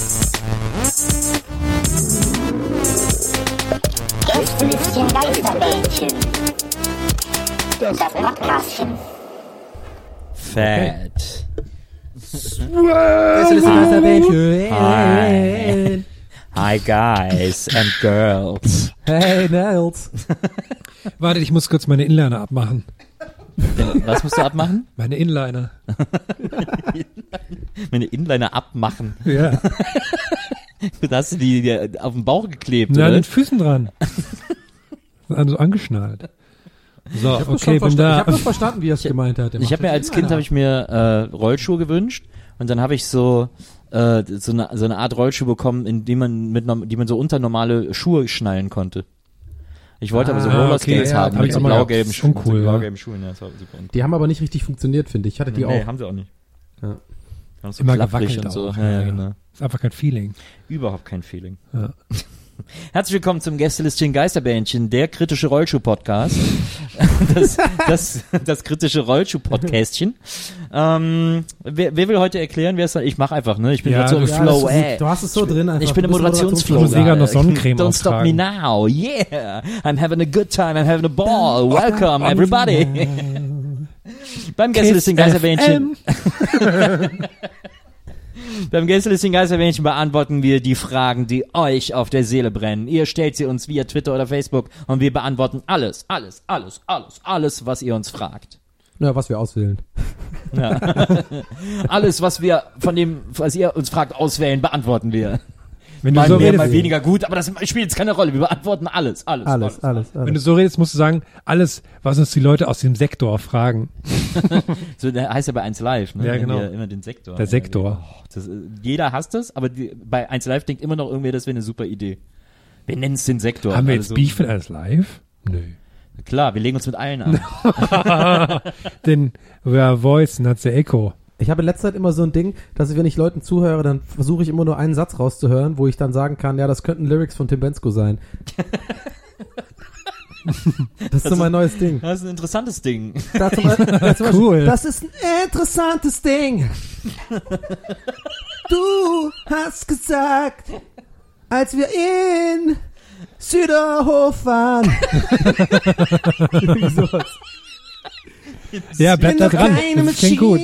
Gästelistchen Geisterbällchen. Das Podcastchen. Fett. Gästelistchen Geisterbällchen. Hi guys and girls. Hey, Nels. Warte, ich muss kurz meine Inliner abmachen. Was musst du abmachen? Meine Inliner. Meine Inliner abmachen. Ja. Da hast du die auf den Bauch geklebt, Na, an oder? den Füßen dran. Also angeschnalt. So, okay, bin Ich da. habe das verstanden, wie er es gemeint hat. Ich habe mir als Kind Rollschuhe gewünscht und dann habe ich so eine Art Rollschuh bekommen, in die man so unter normale Schuhe schnallen konnte. Ich wollte aber so Rollerskates okay, haben hab mit ich so auch mal blau-gelben gehabt. Schuhen. Uncool, so ja. blau-gelben Schuhen, ja, das war super uncool. Die haben aber nicht richtig funktioniert, finde ich. Ich hatte die Nee, auch. haben sie auch nicht. Ja. Haben so Immer klapprig gewackelt und so. auch. Ja, genau. Ist einfach kein Feeling. Überhaupt kein Feeling. Ja. Herzlich willkommen zum Gästelistchen Geisterbähnchen, der kritische Rollschuh-Podcast. das kritische Rollschuh-Podcastchen. Wer will heute erklären, wer es Ich mache einfach, ne? Ich bin gerade so im Flow, Du hast es so drin einfach. Ich bin im Moderationsflow. Ich muss egal noch Sonnencreme Don't stop me now. Yeah. I'm having a good time. I'm having a ball. Welcome, everybody. Beim Gästelistchen Geisterbähnchen. Beim Gästelistchen Geisterbähnchen beantworten wir die Fragen, die euch auf der Seele brennen. Ihr stellt sie uns via Twitter oder Facebook und wir beantworten alles, was ihr uns fragt. Ja, was wir auswählen. Ja. Alles, was wir von dem, was ihr uns fragt, auswählen, beantworten wir. Wenn du Mal so mehr, redest, mal weniger gut, aber das spielt jetzt keine Rolle. Wir beantworten alles. wenn du so redest, musst du sagen, alles, was uns die Leute aus dem Sektor fragen. So, der heißt ja bei 1 Live, ne? Ja, Wenn genau. wir immer den Sektor. Der Sektor. Jeder hasst es, aber bei 1 Live denkt immer noch irgendwer, das wäre eine super Idee. Wir nennen es den Sektor. Haben wir Also jetzt so- Beef mit alles live? Nö. Klar, wir legen uns mit allen an. Denn wer Voice hat's ja Echo. Ich habe in letzter Zeit immer so ein Ding, dass ich, wenn ich Leuten zuhöre, dann versuche ich immer nur einen Satz rauszuhören, wo ich dann sagen kann, ja, das könnten Lyrics von Tim Bendzko sein. Das ist so mein neues Ding. Das ist ein interessantes Ding. Da zum Beispiel, Cool. Das ist ein interessantes Ding. Du hast gesagt, als wir in Süderhof waren. Irgendwie sowas. Ja, bleib da dran. Das klingt gut.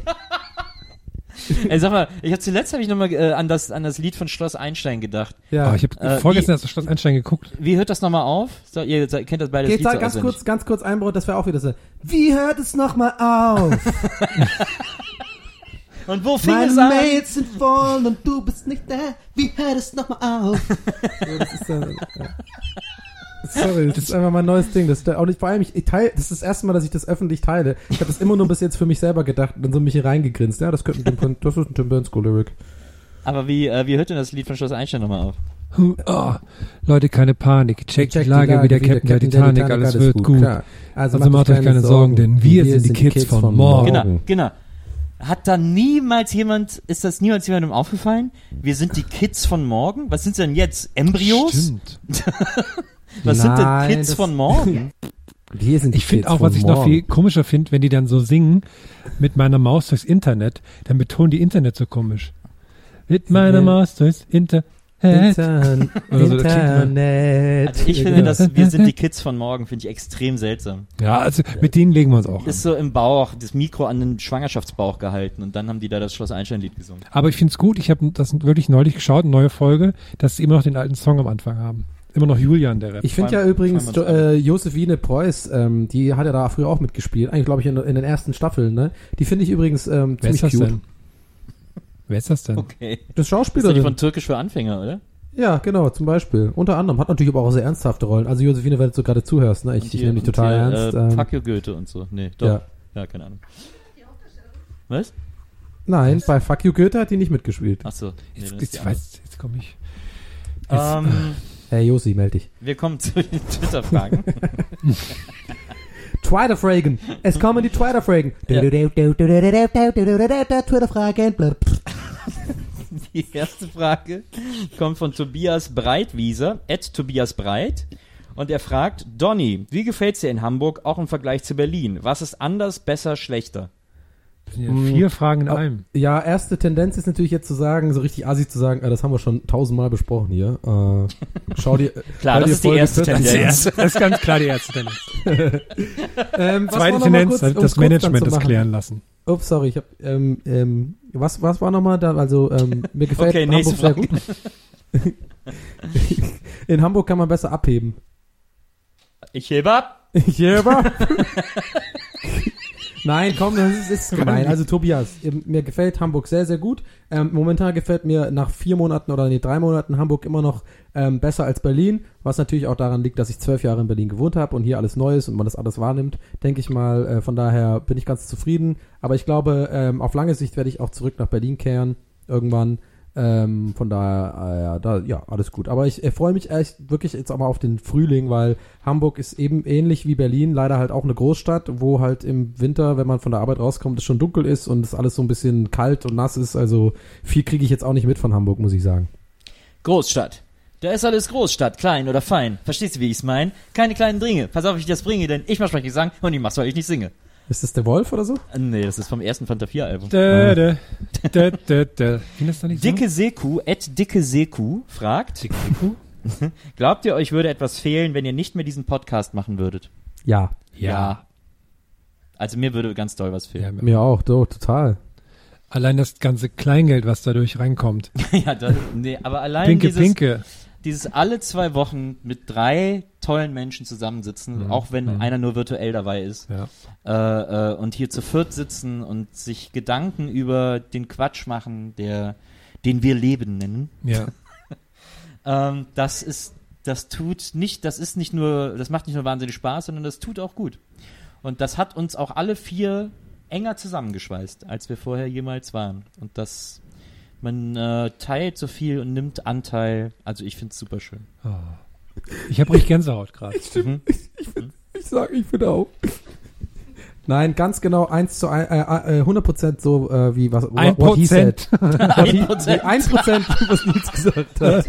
Ey, sag mal, zuletzt habe ich nochmal an das Lied von Schloss Einstein gedacht. Ja. Oh, ich habe vorgestern erst das Schloss Einstein geguckt. Wie hört das nochmal auf? So, ihr kennt das beide. Geht das Lied da so ganz kurz Einbruch, das wäre auch wieder so. Wie hört es nochmal auf? Und wo fing Meine es an? Mails sind voll und du bist nicht da. Wie hört es nochmal auf? So, das ist, ja. Sorry, das ist einfach mein neues Ding. Das ist auch nicht, vor allem, ich teile, das ist das erste Mal, dass ich das öffentlich teile. Ich habe das immer nur bis jetzt für mich selber gedacht und dann so mich hier reingegrinst. Ja, das ist ein Tim Bendzko-Lyric. Aber wie hört denn das Lied von Schloss Einstein nochmal auf? Oh, Leute, keine Panik. Check die Lage wie der Captain der Titanic. Alles wird gut. Klar. Also macht euch keine Sorgen, denn wir sind die Kids von morgen. Genau. Ist das niemals jemandem aufgefallen? Wir sind die Kids von morgen? Was sind sie denn jetzt? Embryos? Stimmt. Was sind denn Nein, Kids das- von morgen? Wir sind die Ich finde Kids auch, was von ich noch morgen. viel komischer finde, wenn die dann so singen, mit meiner Maus durchs Internet, dann betonen die Internet so komisch. Mit meiner Maus durchs Internet. Oder so, das klingt Internet. Also ich finde, dass wir sind die Kids von morgen, finde ich extrem seltsam. Ja, also mit denen legen wir uns auch an. Ist so im Bauch, das Mikro an den Schwangerschaftsbauch gehalten und dann haben die da das Schloss Einstein-Lied gesungen. Aber ich finde es gut, ich habe das wirklich neulich geschaut, eine neue Folge, dass sie immer noch den alten Song am Anfang haben. Immer noch Julian, der Rap. Ich finde ja übrigens Josephine Preuß, die hat ja da früher auch mitgespielt, eigentlich glaube ich in den ersten Staffeln, ne? Die finde ich übrigens Wer ist ziemlich das cute. denn? Wer ist das denn? Okay. Das Das ist Schauspielerin. nicht von Türkisch für Anfänger, oder? Ja, genau, zum Beispiel. Unter anderem. Hat natürlich aber auch sehr ernsthafte Rollen. Also Josephine, wenn du gerade zuhörst, ne? Ich nehme dich total ernst. Fuck you Goethe und so. Nee, doch. Ja. Ja, keine Ahnung. Was? Nein, bei Fuck You Goethe hat die nicht mitgespielt. Ach so. Nee, Jetzt, dann ist die jetzt komme ich. andere. Hey Josi, meld dich. Wir kommen zu den Twitter-Fragen. Twitter-Fragen. Es kommen die Twitter-Fragen. Ja. Twitter-Fragen. Die erste Frage kommt von Tobias Breitwieser, @TobiasBreit. Und er fragt, Donny, wie gefällt's dir in Hamburg, auch im Vergleich zu Berlin? Was ist anders, besser, schlechter? Das sind ja 4 Fragen in einem. Ja, erste Tendenz ist natürlich jetzt zu sagen, so richtig assi zu sagen, das haben wir schon 1000-mal besprochen hier. Schau dir. Klar, das ist die erste Tendenz. Das ist ganz klar die erste Tendenz. Zweite Zweite Tendenz, das Management das klären lassen. Ups, sorry, ich hab, was war nochmal da? Also, mir gefällt Okay, nächste Hamburg sehr gut. In Hamburg kann man besser abheben. Ich hebe ab. Nein, komm, das ist gemein. Also Tobias, mir gefällt Hamburg sehr, sehr gut. Momentan gefällt mir nach 4 Monaten oder 3 Monaten Hamburg immer noch besser als Berlin, was natürlich auch daran liegt, dass ich 12 Jahre in Berlin gewohnt habe und hier alles neu ist und man das alles wahrnimmt, denke ich mal. Von daher bin ich ganz zufrieden. Aber ich glaube, auf lange Sicht werde ich auch zurück nach Berlin kehren irgendwann. Von daher, alles gut. Aber ich freue mich echt wirklich jetzt aber auf den Frühling, weil Hamburg ist eben ähnlich wie Berlin, leider halt auch eine Großstadt, wo halt im Winter, wenn man von der Arbeit rauskommt, es schon dunkel ist und es alles so ein bisschen kalt und nass ist. Also viel kriege ich jetzt auch nicht mit von Hamburg, muss ich sagen. Großstadt. Da ist alles Großstadt, klein oder fein. Verstehst du, wie ich's meine? Keine kleinen Dringe. Pass auf, wie ich das bringe, denn ich mach Gesang und ich mach's, weil ich nicht singe. Ist das der Wolf oder so? Nee, das ist vom ersten Fanta 4 Album. Wie das da nicht Dicke Seku, Dicke Seku fragt, glaubt ihr, euch würde etwas fehlen, wenn ihr nicht mehr diesen Podcast machen würdet? Ja. Ja. Also mir würde ganz doll was fehlen. Mir auch, total. Allein das ganze Kleingeld, was dadurch reinkommt. Ja, aber allein Pinke. dieses alle 2 Wochen mit 3 tollen Menschen zusammensitzen, auch wenn einer nur virtuell dabei ist, und hier zu viert sitzen und sich Gedanken über den Quatsch machen, den wir Leben nennen. Ja. Das macht nicht nur wahnsinnig Spaß, sondern das tut auch gut. Und das hat uns auch alle 4 enger zusammengeschweißt, als wir vorher jemals waren. Und man teilt so viel und nimmt Anteil. Also ich finde es super schön. Oh. Ich habe richtig Gänsehaut gerade. Ich sag, ich finde auch. Nein, ganz genau 100% so wie was 1%. What he said. 1%. 1%, was Nils gesagt hat.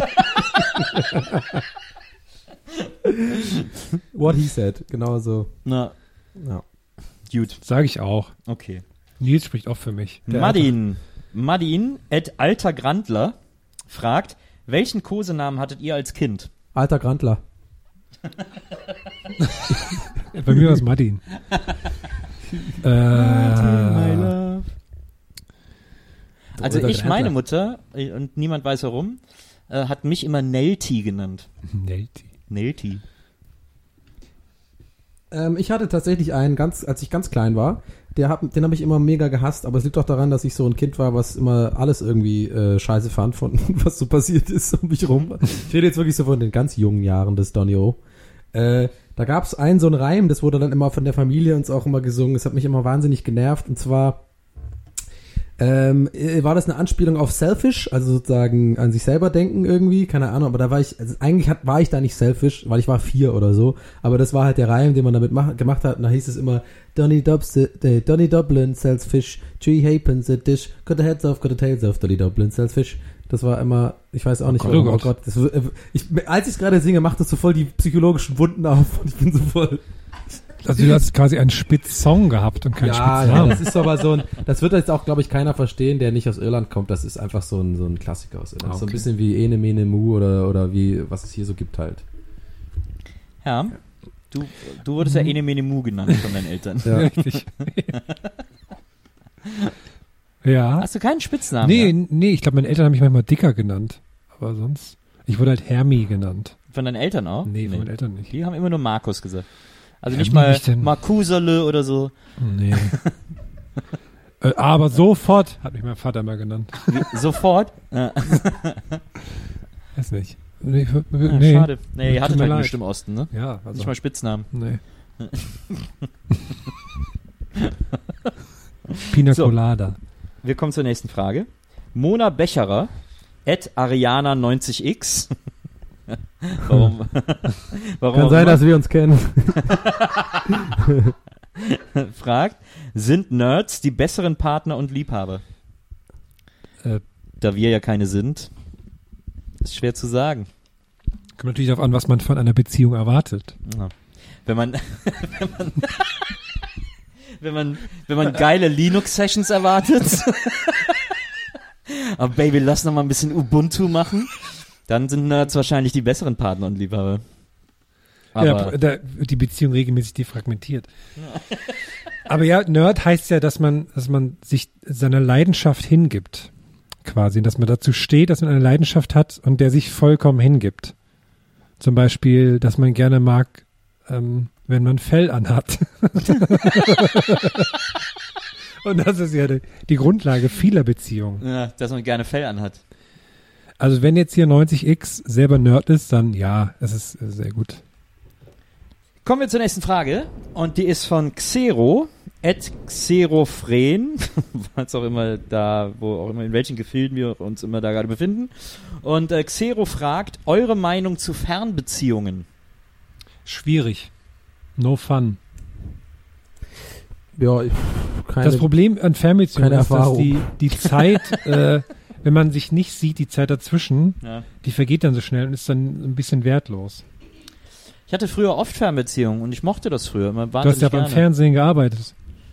What he said, genau so. Na, ja. Gut. Sage ich auch. Okay. Nils spricht auch für mich. Madin Alter Grandler fragt, welchen Kosenamen hattet ihr als Kind? Alter Grandler. Bei mir war es Martin. My love. Also meine Mutter, und niemand weiß warum, hat mich immer Nelti genannt. Nelti. Ich hatte tatsächlich einen, als ich ganz klein war, den habe ich immer mega gehasst, aber es liegt auch daran, dass ich so ein Kind war, was immer alles irgendwie scheiße fand, von was so passiert ist um mich rum. Ich rede jetzt wirklich so von den ganz jungen Jahren des Donny O. Da gab es so einen Reim, das wurde dann immer von der Familie uns auch immer gesungen, es hat mich immer wahnsinnig genervt, und zwar war das eine Anspielung auf selfish, also sozusagen an sich selber denken irgendwie, keine Ahnung, aber da war ich, also eigentlich war ich da nicht selfish, weil ich war 4 oder so, aber das war halt der Reim, den man damit gemacht hat, und da hieß es immer, Donny Dublin sells fish, Tree Hapens a dish, got the heads off, got the tails off, Donny Dublin sells fish. Das war immer, ich weiß auch nicht, warum, oh Gott. Als ich es gerade singe, macht das so voll die psychologischen Wunden auf, und ich bin so voll... Also du hast quasi einen Spitzsong gehabt und keinen Spitznamen. Ja, das ist aber das wird jetzt auch, glaube ich, keiner verstehen, der nicht aus Irland kommt. Das ist einfach so ein Klassiker aus Irland. Okay. So ein bisschen wie Ene Mene Mu oder wie, was es hier so gibt halt. Ja, du wurdest ja Ene Mene Mu genannt von deinen Eltern. Ja, richtig. Ja. Hast du keinen Spitznamen? Nee, ich glaube, meine Eltern haben mich manchmal Dicker genannt. Aber sonst, ich wurde halt Hermi genannt. Von deinen Eltern auch? Nee, von meinen Eltern nicht. Die haben immer nur Markus gesagt. Also Ja, nicht mal nicht denn? Markusele oder so. Nee. Aber sofort hat mich mein Vater mal genannt. Sofort? Weiß nicht. Nee, Schade. Nee, ihr hattet mir halt leid. nicht im Osten, ne? Ja, also. Nicht mal Spitznamen. Nee. Pina Colada. Wir kommen zur nächsten Frage. Mona Becherer @Ariana90x. Warum? Kann sein, dass wir uns kennen. Fragt, sind Nerds die besseren Partner und Liebhaber? Da wir ja keine sind, ist schwer zu sagen. Kommt natürlich darauf an, was man von einer Beziehung erwartet. Ja. Wenn man wenn man geile Linux-Sessions erwartet. Aber Baby, lass noch mal ein bisschen Ubuntu machen. Dann sind Nerds wahrscheinlich die besseren Partner und Liebhaber. Aber ja, die Beziehung regelmäßig defragmentiert. Aber ja, Nerd heißt ja, dass man sich seiner Leidenschaft hingibt. Quasi. Dass man dazu steht, dass man eine Leidenschaft hat und der sich vollkommen hingibt. Zum Beispiel, dass man gerne mag, wenn man Fell anhat. Und das ist ja die Grundlage vieler Beziehungen. Ja, dass man gerne Fell anhat. Also wenn jetzt hier 90X selber Nerd ist, dann ja, es ist sehr gut. Kommen wir zur nächsten Frage. Und die ist von Xero, @Xerofren, was auch immer da, wo auch immer, in welchen Gefilden wir uns immer da gerade befinden. Und Xero fragt, eure Meinung zu Fernbeziehungen? Schwierig. No fun. Ja, das Problem an Fernbeziehungen ist, dass Erfahrung. die Zeit, wenn man sich nicht sieht, die Zeit dazwischen, die vergeht dann so schnell und ist dann ein bisschen wertlos. Ich hatte früher oft Fernbeziehungen und ich mochte das früher. Du hast ja beim Fernsehen gearbeitet.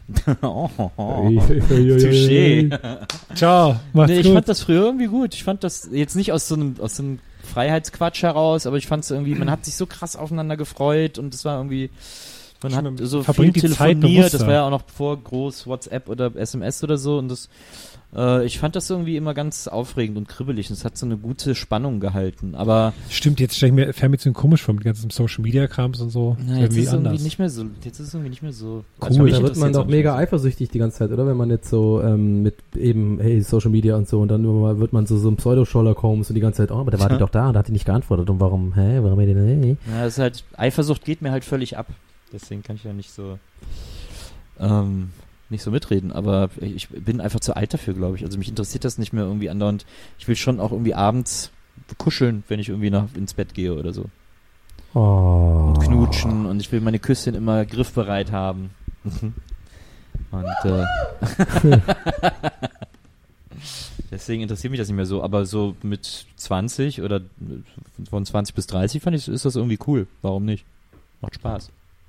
Touché. Ciao, macht's Nee, ich gut. fand das früher irgendwie gut. Ich fand das jetzt nicht aus so einem Freiheitsquatsch heraus, aber ich fand es irgendwie, man hat sich so krass aufeinander gefreut und es war irgendwie, man hat so viel verbringt die Zeit telefoniert, bewusster. das war ja auch noch vor groß WhatsApp oder SMS oder so und das, ich fand das irgendwie immer ganz aufregend und kribbelig und es hat so eine gute Spannung gehalten, aber Stimmt, jetzt stelle ich mir Fernbeziehungen komisch vor, mit ganzen Social-Media-Krams und so. na, jetzt ist es irgendwie nicht mehr so, Also Cool, mich da wird man interessiert's doch auch mega nicht eifersüchtig die ganze Zeit, oder? Wenn man jetzt so mit eben, hey, Social Media und so und dann wird man so ein Pseudo-Sherlock Holmes und die ganze Zeit, oh, aber der war die doch da und da hat die nicht geantwortet und warum er denn, hey? Ja, das ist halt, Eifersucht geht mir halt völlig ab. Deswegen kann ich ja nicht so mitreden, aber ich bin einfach zu alt dafür, glaube ich. Also mich interessiert das nicht mehr irgendwie andauernd. Ich will schon auch irgendwie abends kuscheln, wenn ich irgendwie ins Bett gehe oder so. Oh. Und knutschen und ich will meine Küsschen immer griffbereit haben. Und deswegen interessiert mich das nicht mehr so, aber so mit 20 oder von 20 bis 30 ist das irgendwie cool. Warum nicht? Macht Spaß.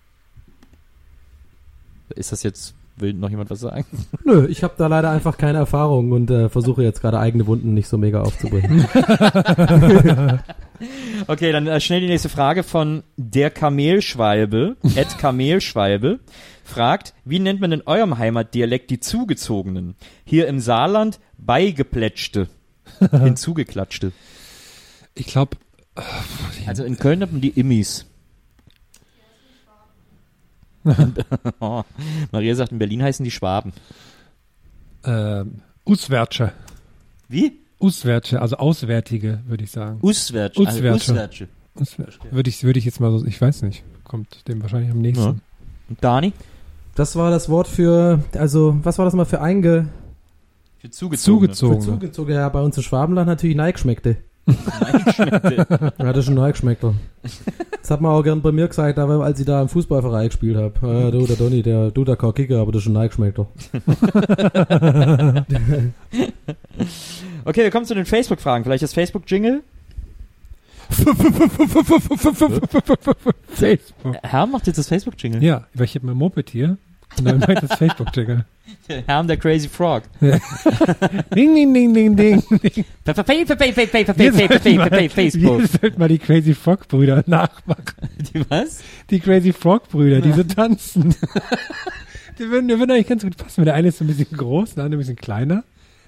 Ist das jetzt, will noch jemand was sagen? Nö, ich habe da leider einfach keine Erfahrung und versuche jetzt gerade eigene Wunden nicht so mega aufzubringen. Okay, dann schnell die nächste Frage von der Kamelschwalbe, @Kamelschwalbe, fragt, wie nennt man in eurem Heimatdialekt die Zugezogenen? Hier im Saarland Beigeplätschte, hinzugeklatschte. Ich glaube, Also in Köln haben die Immis. Oh, Maria sagt, in Berlin heißen die Schwaben. Uswärtsche. Wie? Uswärtsche, also Auswärtige, würde ich sagen. Uswärtsche. Uswärtsche. Würde ich jetzt mal so, ich weiß nicht, kommt dem wahrscheinlich am nächsten. Ja. Und Dani? Das war das Wort für, also, was war das mal für Für Zugezogene. zugezogen? Ja, bei uns im Schwabenland natürlich Neigschmeckte. Ja, das ist schon Neigschmeckte. Das hat man auch gern bei mir gesagt, aber als ich da im Fußballverein gespielt habe. Du, der Donny, der kein Kicker, aber das ist schon Neigschmeckte. Okay, wir kommen zu den Facebook-Fragen. Vielleicht das Facebook-Jingle? Facebook. Herr macht jetzt das Facebook-Jingle. Ja, weil ich habe mein Moped hier und dann mache ich das Facebook-Jingle. Herr der Crazy Frog. Ding, ding, ding, ding, ding. Facebook. Wir sollten mal die Crazy Frog-Brüder nachmachen. Die was? Die Crazy Frog-Brüder, die so tanzen. Die würden eigentlich ganz gut passen. Der eine ist so ein bisschen groß, der andere ein bisschen kleiner.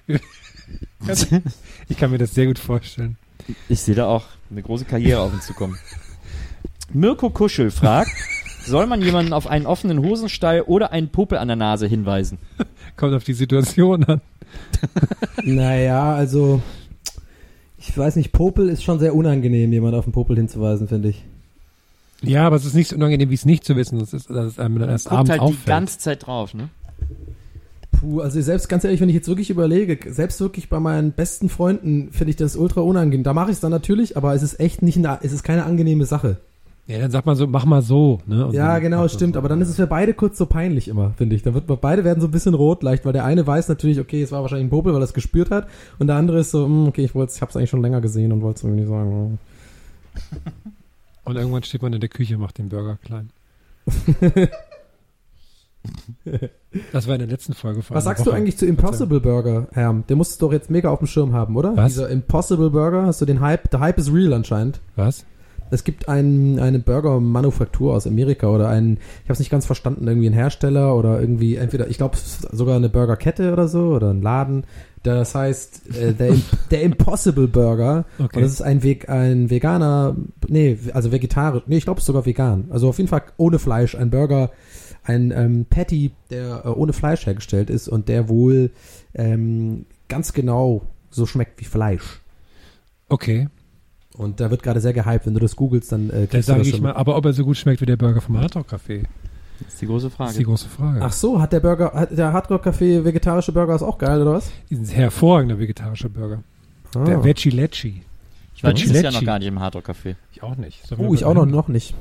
Ich kann mir das sehr gut vorstellen. Ich sehe da auch eine große Karriere auf uns zukommen. Mirko Kuschel fragt, soll man jemanden auf einen offenen Hosenstall oder einen Popel an der Nase hinweisen? Kommt auf die Situation an. Naja, also, ich weiß nicht, Popel ist schon sehr unangenehm, jemand auf den Popel hinzuweisen, finde ich. Ja, aber es ist nicht so unangenehm, wie es nicht zu wissen. Das ist einem dann erst Guckt abends halt auffällt. die ganze Zeit drauf, ne? Puh, also selbst ganz ehrlich, wenn ich jetzt wirklich überlege, selbst wirklich bei meinen besten Freunden finde ich das ultra unangenehm. Da mache ich es dann natürlich, aber es ist echt es ist keine angenehme Sache. Ja, dann sagt man so, mach mal so. Ne? Und Ja, dann genau, macht man stimmt. so. Aber dann ist es für beide kurz so peinlich immer, finde ich. Beide werden so ein bisschen rot leicht, weil der eine weiß natürlich, okay, es war wahrscheinlich ein Popel, weil er es gespürt hat. Und der andere ist so, okay, ich hab's eigentlich schon länger gesehen und wollte es irgendwie nicht sagen. Und irgendwann steht man in der Küche und macht den Burger klein. Das war in der letzten Folge von Was sagst du eigentlich zu Impossible Burger, Herm? Den musst du doch jetzt mega auf dem Schirm haben, oder? Was? Dieser Impossible Burger, hast du den Hype? Der Hype ist real anscheinend. Was? Es gibt eine Burger-Manufaktur aus Amerika oder ich habe es nicht ganz verstanden, irgendwie ein Hersteller oder irgendwie entweder, ich glaube sogar eine Burgerkette oder so oder ein Laden. Das heißt der Impossible Burger. Okay. Und das ist ein veganer, also vegetarisch, ich glaube es ist sogar vegan. Also auf jeden Fall ohne Fleisch, ein Burger, ein Patty, der ohne Fleisch hergestellt ist und der wohl ganz genau so schmeckt wie Fleisch. Okay. Und da wird gerade sehr gehypt, wenn du das googelst, dann Da kriegst du sage das ich schon. mal, aber ob er so gut schmeckt wie der Burger vom Hardrock Café, Das ist die große ist Frage. die große Frage. Ach so, hat der Hardrock Café vegetarische Burger ist auch geil, oder was? Ein hervorragender vegetarischer Burger. Ah. Der Veggie Lecci. Ich war dieses Jahr noch Lecci. gar nicht im Hardrock Café. Ich auch nicht. Ich auch noch nicht.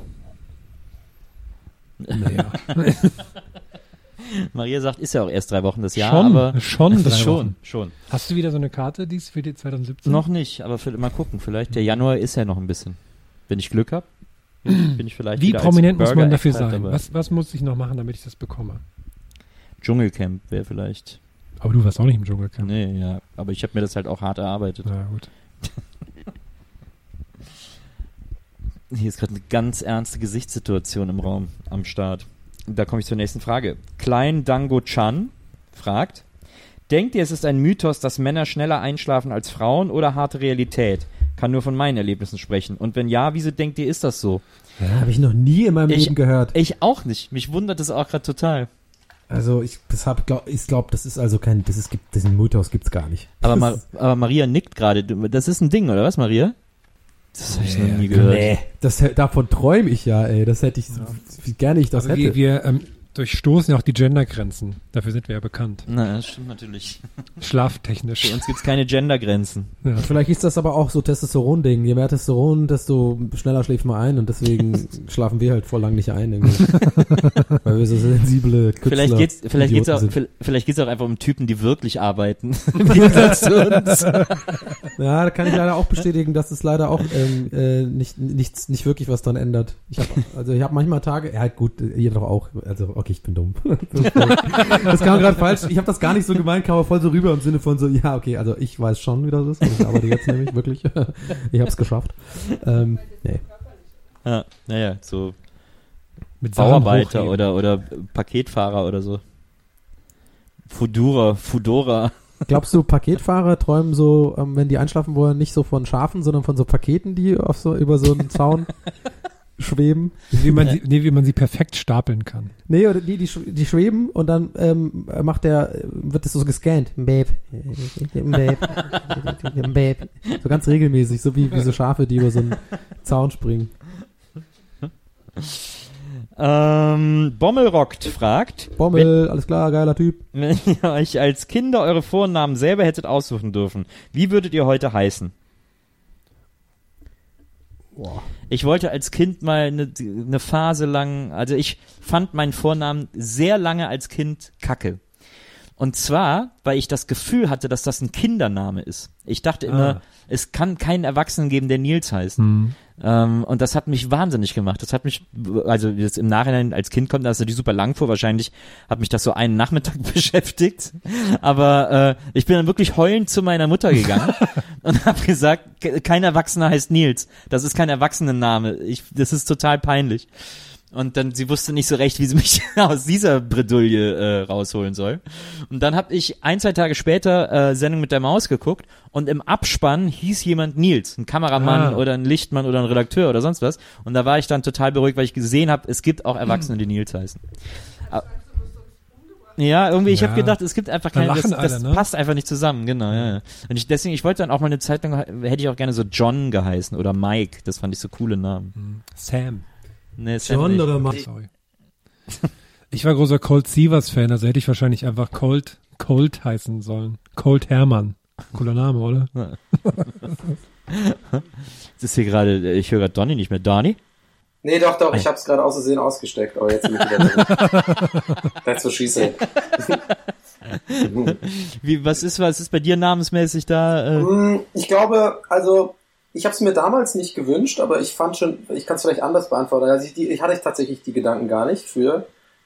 Naja. Maria sagt, ist ja auch erst 3 Wochen das Jahr, Schon, aber schon 3 Wochen. schon. Hast du wieder so eine Karte, die ist für die 2017? Noch nicht, aber mal gucken. Vielleicht der Januar ist ja noch ein bisschen. Wenn ich Glück habe, bin ich vielleicht Wie wieder prominent als muss man dafür Burger-Experte sein? dabei. Was muss ich noch machen, damit ich das bekomme? Dschungelcamp wäre vielleicht. Aber du warst auch nicht im Dschungelcamp. Nee, ja. Aber ich habe mir das halt auch hart erarbeitet. Na gut. Hier ist gerade eine ganz ernste Gesichtssituation im Raum am Start. Da komme ich zur nächsten Frage. Klein Dango Chan fragt, denkt ihr, es ist ein Mythos, dass Männer schneller einschlafen als Frauen oder harte Realität? Kann nur von meinen Erlebnissen sprechen. Und wenn ja, wieso denkt ihr, ist das so? Habe ich noch nie in meinem Leben gehört. Ich auch nicht. Mich wundert das auch gerade total. Also ich glaube, das ist also diesen Mythos gibt's gar nicht. Aber Maria nickt gerade. Das ist ein Ding, oder was, Maria? Das habe ich noch nie gehört. Nee, davon träume ich ja, ey. Das hätte ich, wie gerne ich das Aber hätte. wir durchstoßen ja auch die Gendergrenzen. Dafür sind wir ja bekannt. Na, das stimmt natürlich. Schlaftechnisch. Für uns gibt's keine Gendergrenzen. Ja. Vielleicht ist das aber auch so Testosteron-Ding. Je mehr Testosteron, desto schneller schläft man ein und deswegen schlafen wir halt voll lang nicht ein. Irgendwie. Weil wir so sensible Künstler Vielleicht geht's auch einfach um Typen, die wirklich arbeiten. Im Gegensatz zu uns. Ja, da kann ich leider auch bestätigen, dass es leider auch nicht wirklich was dran ändert. Ich habe manchmal Tage, ja gut, ihr doch auch, also okay, ich bin dumm. Das kam gerade falsch. Ich habe das gar nicht so gemeint, kam aber voll so rüber im Sinne von so, ja okay, also ich weiß schon, wie das ist. Ich arbeite jetzt nämlich wirklich. Ich habe es geschafft. Nee. Ja, naja, so Mit Sachen Bauarbeiter hochheben. oder Paketfahrer oder so. Fudora. Glaubst du, Paketfahrer träumen so, wenn die einschlafen wollen, nicht so von Schafen, sondern von so Paketen, die über so einen Zaun schweben? Wie man sie perfekt stapeln kann. Nee, oder die schweben und dann wird das so gescannt. Babe. Babe. So ganz regelmäßig, so wie so Schafe, die über so einen Zaun springen. Bommelrockt fragt, Bommel, alles klar, geiler Typ. wenn ihr euch als Kinder eure Vornamen selber hättet aussuchen dürfen, wie würdet ihr heute heißen? Boah. Ich wollte als Kind mal eine Phase lang, also ich fand meinen Vornamen sehr lange als Kind kacke. Und zwar, weil ich das Gefühl hatte, dass das ein Kindername ist. Ich dachte immer, es kann keinen Erwachsenen geben, der Nils heißt. Und das hat mich wahnsinnig gemacht. Das hat mich, also jetzt im Nachhinein als Kind kommt das natürlich super lang vor. Wahrscheinlich hat mich das so einen Nachmittag beschäftigt. Aber ich bin dann wirklich heulend zu meiner Mutter gegangen und habe gesagt, kein Erwachsener heißt Nils. Das ist kein Erwachsenenname. Das ist total peinlich. Und dann, sie wusste nicht so recht, wie sie mich aus dieser Bredouille rausholen soll. Und dann habe ich 1-2 Tage später Sendung mit der Maus geguckt und im Abspann hieß jemand Nils, ein Kameramann oder ein Lichtmann oder ein Redakteur oder sonst was. Und da war ich dann total beruhigt, weil ich gesehen habe, es gibt auch Erwachsene, die Nils heißen. Ja, irgendwie, ich habe gedacht, es gibt einfach keine, das passt einfach nicht zusammen, genau, ja. Und ich wollte dann auch mal eine Zeit lang, hätte ich auch gerne so John geheißen oder Mike, das fand ich so coole Namen. Sam. Nee, John oder Mike? Sorry. Ich war großer Colt Sievers-Fan, also hätte ich wahrscheinlich einfach Colt heißen sollen. Colt Hermann. Cooler Name, oder? Das ist hier gerade, ich höre gerade Donny nicht mehr. Donny? Nee, doch, ich hab's gerade aus Versehen ausgesteckt, aber jetzt bin ich wieder drin. That's what she said. Was ist bei dir namensmäßig da? Ich glaube, also ich habe es mir damals nicht gewünscht, aber ich fand schon, ich kann es vielleicht anders beantworten. Also ich hatte tatsächlich die Gedanken gar nicht früher.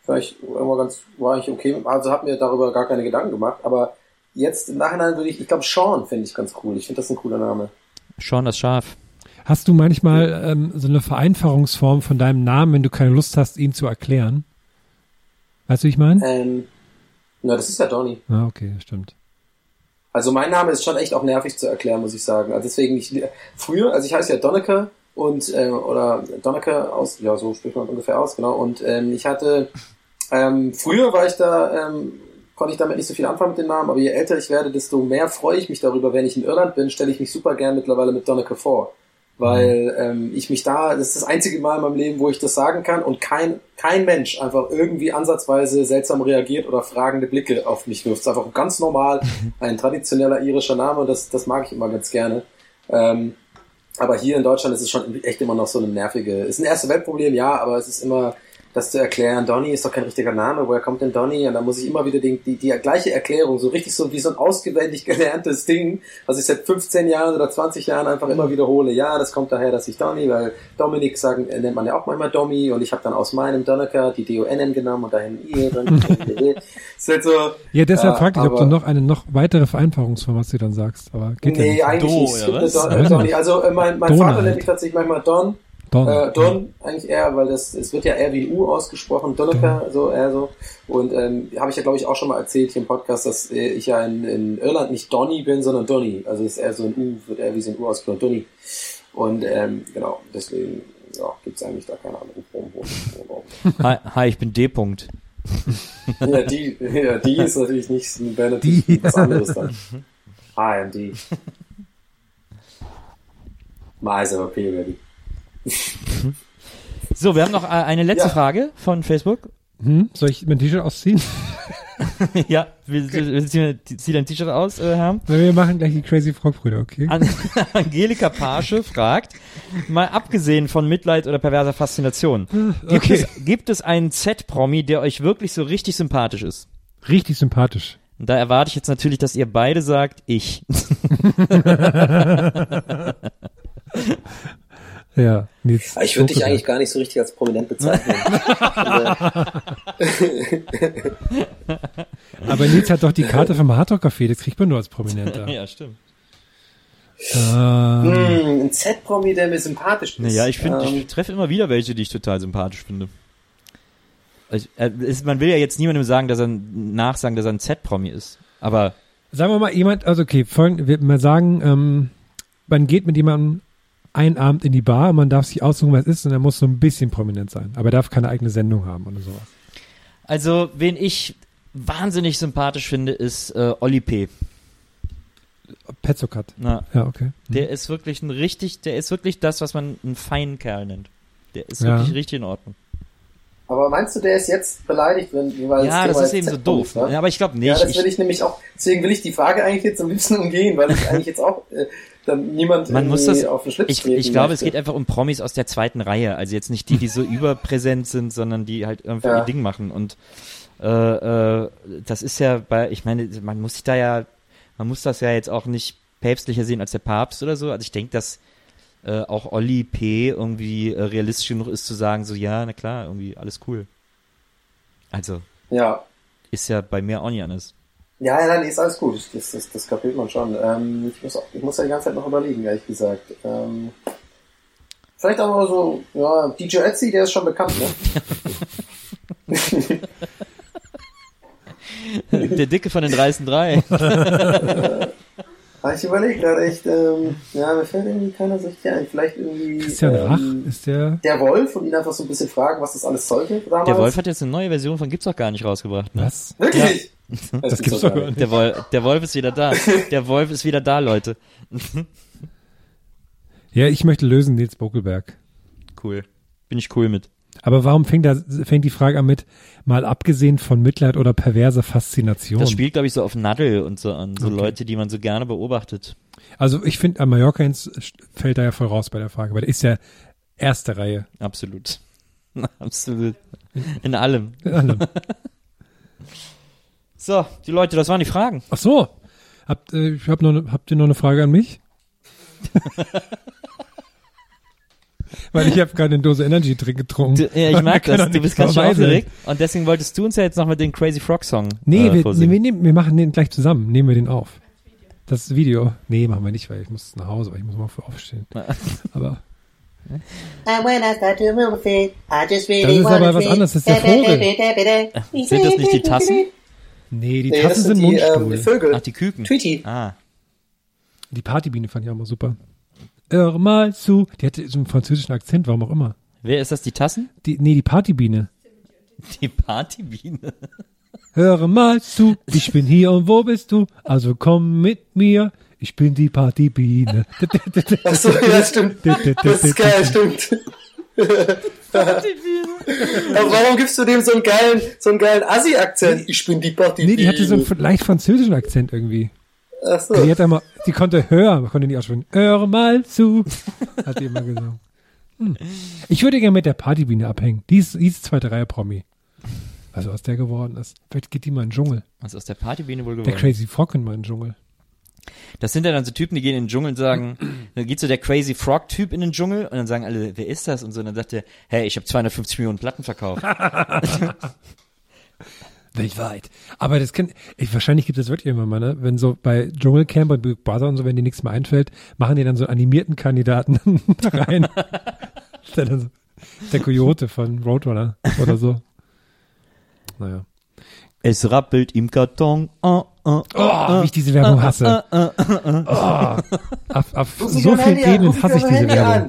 war ich okay, also habe mir darüber gar keine Gedanken gemacht, aber jetzt im Nachhinein ich glaube Sean finde ich ganz cool. Ich finde das ein cooler Name. Sean das Schaf. Hast du manchmal so eine Vereinfachungsform von deinem Namen, wenn du keine Lust hast, ihn zu erklären? Weißt du, wie ich meine? Na, das ist ja Donny. Ah, okay, stimmt. Also mein Name ist schon echt auch nervig zu erklären, muss ich sagen. Also deswegen früher, also ich heiße ja Donneker und oder Donneker aus, ja, so spricht man ungefähr aus, genau. Und ich hatte früher war ich da konnte ich damit nicht so viel anfangen mit dem Namen, aber je älter ich werde, desto mehr freue ich mich darüber. Wenn ich in Irland bin, stelle ich mich super gern mittlerweile mit Donneker vor. Weil ich mich das ist das einzige Mal in meinem Leben, wo ich das sagen kann und kein Mensch einfach irgendwie ansatzweise seltsam reagiert oder fragende Blicke auf mich wirft. Es ist einfach ganz normal, ein traditioneller irischer Name und das mag ich immer ganz gerne. Aber hier in Deutschland ist es schon echt immer noch so eine nervige, ist ein Erste-Welt-Problem, ja, aber es ist immer das zu erklären, Donny ist doch kein richtiger Name, woher kommt denn Donny? Und dann muss ich immer wieder die gleiche Erklärung, so richtig so wie so ein auswendig gelerntes Ding, was ich seit 15 Jahren oder 20 Jahren einfach immer wiederhole. Ja, das kommt daher, dass ich Donny, weil Dominik nennt man ja auch manchmal Dommy und ich habe dann aus meinem Donneker die DONN genommen und dahin I drin. Ist halt so. Ja, deshalb fragte ich, ob du noch eine weitere Vereinfachungsform hast, du dann sagst, aber geht ja nicht. Nee, eigentlich nicht. Es gibt eine Donny. Also mein Vater nennt mich tatsächlich manchmal Don. Don eigentlich eher, weil es wird ja eher wie ein U ausgesprochen, Donneker, so eher so. Und habe ich ja, glaube ich, auch schon mal erzählt hier im Podcast, dass ich ja in Irland nicht Donny bin, sondern Donny. Also ist eher so ein U, wird eher wie so ein U ausgesprochen, Donny. Und genau, deswegen gibt's eigentlich da keine Ahnung. Hi, ich bin D. Ja, die ist natürlich nicht, wäre natürlich was anderes dann. Hi, I'm D. Mais aber P, ready. So, wir haben noch eine letzte Frage von Facebook. Soll ich mein T-Shirt ausziehen? Ja, zieh dein T-Shirt aus, Herr. Wir machen gleich die Crazy Frog-Brüder, okay? Angelika Pasche fragt, mal abgesehen von Mitleid oder perverser Faszination, gibt es einen Z-Promi, der euch wirklich so richtig sympathisch ist? Richtig sympathisch. Und da erwarte ich jetzt natürlich, dass ihr beide sagt, ich. Ja, Nils. Ich würde dich eigentlich gar nicht so richtig als prominent bezeichnen. Aber Nils hat doch die Karte vom Hardrock Café, das kriegt man nur als Prominenter. Ja, stimmt. Ein Z-Promi, der mir sympathisch ist. Naja, ich treffe immer wieder welche, die ich total sympathisch finde. Man will ja jetzt niemandem sagen, dass er ein Z-Promi ist. Aber sagen wir mal, jemand, also okay, wir sagen, man geht mit jemandem einen Abend in die Bar und man darf sich aussuchen, was es ist und er muss so ein bisschen prominent sein. Aber er darf keine eigene Sendung haben oder sowas. Also, wen ich wahnsinnig sympathisch finde, ist Olli P. Petzokat. Ja, okay. Der ist wirklich der ist wirklich das, was man einen feinen Kerl nennt. Der ist wirklich richtig in Ordnung. Aber meinst du, der ist jetzt beleidigt, weil das ist eben so doof. Ne? Ja, aber ich glaube nicht. Ja, das will ich nämlich auch, deswegen will ich die Frage eigentlich jetzt am liebsten umgehen, weil ich eigentlich jetzt auch dann niemand auf den Schlips treten Ich glaube, möchte. es geht einfach um Promis aus der zweiten Reihe. Also jetzt nicht die so überpräsent sind, sondern die halt irgendwie ihr Ding machen. Und das ist ja ich meine, man muss das ja jetzt auch nicht päpstlicher sehen als der Papst oder so. Also ich denke, dass auch Olli P. irgendwie realistisch genug ist zu sagen, so ja, na klar, irgendwie alles cool. Also ist ja bei mir auch nicht anders. Ja, nein, ist alles gut. Das kapiert man schon. Ich muss ja die ganze Zeit noch überlegen, ehrlich gesagt. Vielleicht auch mal so, DJ Ötzi, der ist schon bekannt, ne? Der Dicke von den dreisten drei. Ich überlege gerade echt, mir fällt irgendwie keiner so richtig ein. Vielleicht irgendwie Christian Rach ist der Wolf und ihn einfach so ein bisschen fragen, was das alles sollte damals. Der Wolf hat jetzt eine neue Version von Gibt's doch gar nicht rausgebracht. Ne? Was? Wirklich? Ja. Das gibt's doch gar nicht. Der Wolf ist wieder da. Der Wolf ist wieder da, Leute. Ja, ich möchte lösen, Nils Bokelberg. Cool. Bin ich cool mit. Aber warum fängt die Frage an mit, mal abgesehen von Mitleid oder perverser Faszination? Das spielt, glaube ich, so auf Nadel und so an. So Leute, die man so gerne beobachtet. Also ich finde, an Mallorca fällt da ja voll raus bei der Frage, weil der ist ja erste Reihe. Absolut. Absolut. In allem. In allem. So, die Leute, das waren die Fragen. Ach so. Habt ihr noch eine Frage an mich? Weil ich habe gerade eine Dose Energy Drink getrunken. Ja, ich merke kann das. doch Du nichts bist ganz schön vorbei sein. aufgeregt. Und deswegen wolltest du uns ja jetzt noch mit dem Crazy Frog Song Nee, vorsingen. wir machen den gleich zusammen. Nehmen wir den auf. Das Video. Nee, machen wir nicht, weil ich muss nach Hause, weil ich muss mal für aufstehen. Aber And when I start to move it, I just really das ist wanna aber was fit. anderes. Das ist der Vogel. Sind das nicht die Tassen? Nee, die Nee, Tassen das sind die Mundstuhl. Vögel. Ach, die Küken. Tweety. Ah. Die Partybiene fand ich auch mal super. Hör mal zu. Die hatte so einen französischen Akzent, warum auch immer. Wer ist das, die Tassen? Die Partybiene. Die Partybiene. Höre mal zu, ich bin hier und wo bist du? Also komm mit mir, ich bin die Partybiene. Achso, ja, stimmt. Das ist geil, stimmt. Aber warum gibst du dem so einen geilen Assi-Akzent? Ich bin die Partybiene. Nee, die hatte so einen leicht französischen Akzent irgendwie. Achso. Die konnte hören, man konnte nicht aussprechen. Hör mal zu, hat die immer gesagt. Ich würde gerne mit der Partybiene abhängen. Die ist zweite Reihe Promi. Also was der geworden ist. Vielleicht geht die mal in den Dschungel. Was ist aus der Partybiene wohl Der geworden? Crazy Frog in mal in den Dschungel. Das sind ja dann so Typen, die gehen in den Dschungel und sagen, dann geht so der Crazy Frog Typ in den Dschungel und dann sagen alle, wer ist das? Und so, und dann sagt er, hey, ich habe 250 Millionen Platten verkauft. Weltweit. Aber wahrscheinlich gibt es wirklich irgendwann mal, ne? Wenn so bei Dschungelcamp und Big Brother und so, wenn dir nichts mehr einfällt, machen die dann so animierten Kandidaten rein. Der Coyote von Roadrunner oder so. Naja. Es rappelt im Karton. Wie ich diese Werbung hasse. Auf so vielen Ebenen hasse ich diese Werbung.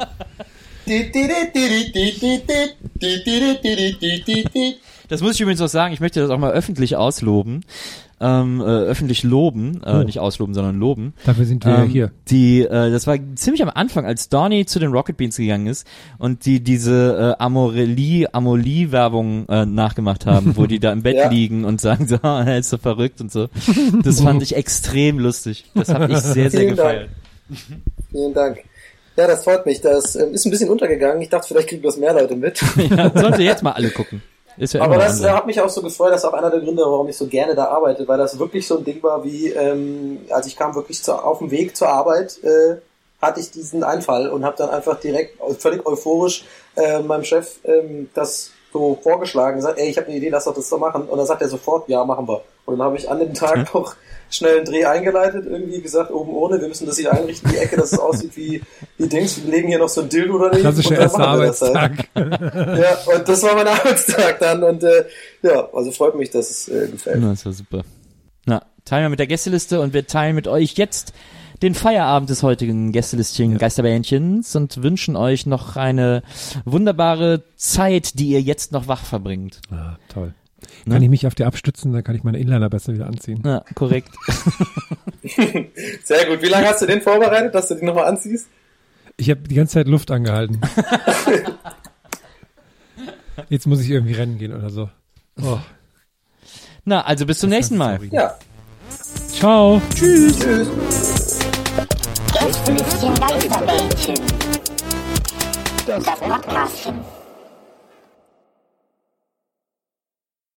Das muss ich übrigens auch sagen, ich möchte das auch mal öffentlich ausloben. Öffentlich loben, nicht ausloben, sondern loben. Dafür sind wir hier. Das war ziemlich am Anfang, als Donny zu den Rocket Beans gegangen ist und die diese Amorelie-Werbung nachgemacht haben, wo die da im Bett liegen und sagen so, er ist so verrückt und so. Das fand ich extrem lustig. Das habe ich sehr, sehr gefeiert. Vielen Dank. Ja, das freut mich. Das ist ein bisschen untergegangen. Ich dachte, vielleicht kriegen das mehr Leute mit. Ja, sollte jetzt mal alle gucken. Ist ja Aber immer das hat mich auch so gefreut, das ist auch einer der Gründe, warum ich so gerne da arbeite, weil das wirklich so ein Ding war wie, als ich kam wirklich auf dem Weg zur Arbeit, hatte ich diesen Einfall und habe dann einfach direkt völlig euphorisch meinem Chef das so vorgeschlagen, gesagt, ey, ich habe eine Idee, lass doch das so machen. Und dann sagt er sofort, ja, machen wir. Und dann habe ich an dem Tag noch schnell einen Dreh eingeleitet, irgendwie gesagt, oben ohne, wir müssen das hier einrichten, die Ecke, dass es aussieht wie Dings, wir legen hier noch so ein Dildo oder nicht. Klassischer erster Arbeitstag. Ja, und das war mein Arbeitstag dann und ja, also freut mich, dass es gefällt. Na, das war super. Na, teilen wir mit der Gästeliste und wir teilen mit euch jetzt den Feierabend des heutigen Gästelistchen Geisterbähnchens und wünschen euch noch eine wunderbare Zeit, die ihr jetzt noch wach verbringt. Ah, toll. Kann ich mich auf die abstützen, dann kann ich meine Inliner besser wieder anziehen. Ja, korrekt. Sehr gut. Wie lange hast du den vorbereitet, dass du den nochmal anziehst? Ich habe die ganze Zeit Luft angehalten. Jetzt muss ich irgendwie rennen gehen oder so. Oh. Na, also bis zum nächsten Mal. Ja. Ciao. Tschüss. Gästelistchen Geisterbällchen. Das Podcastchen.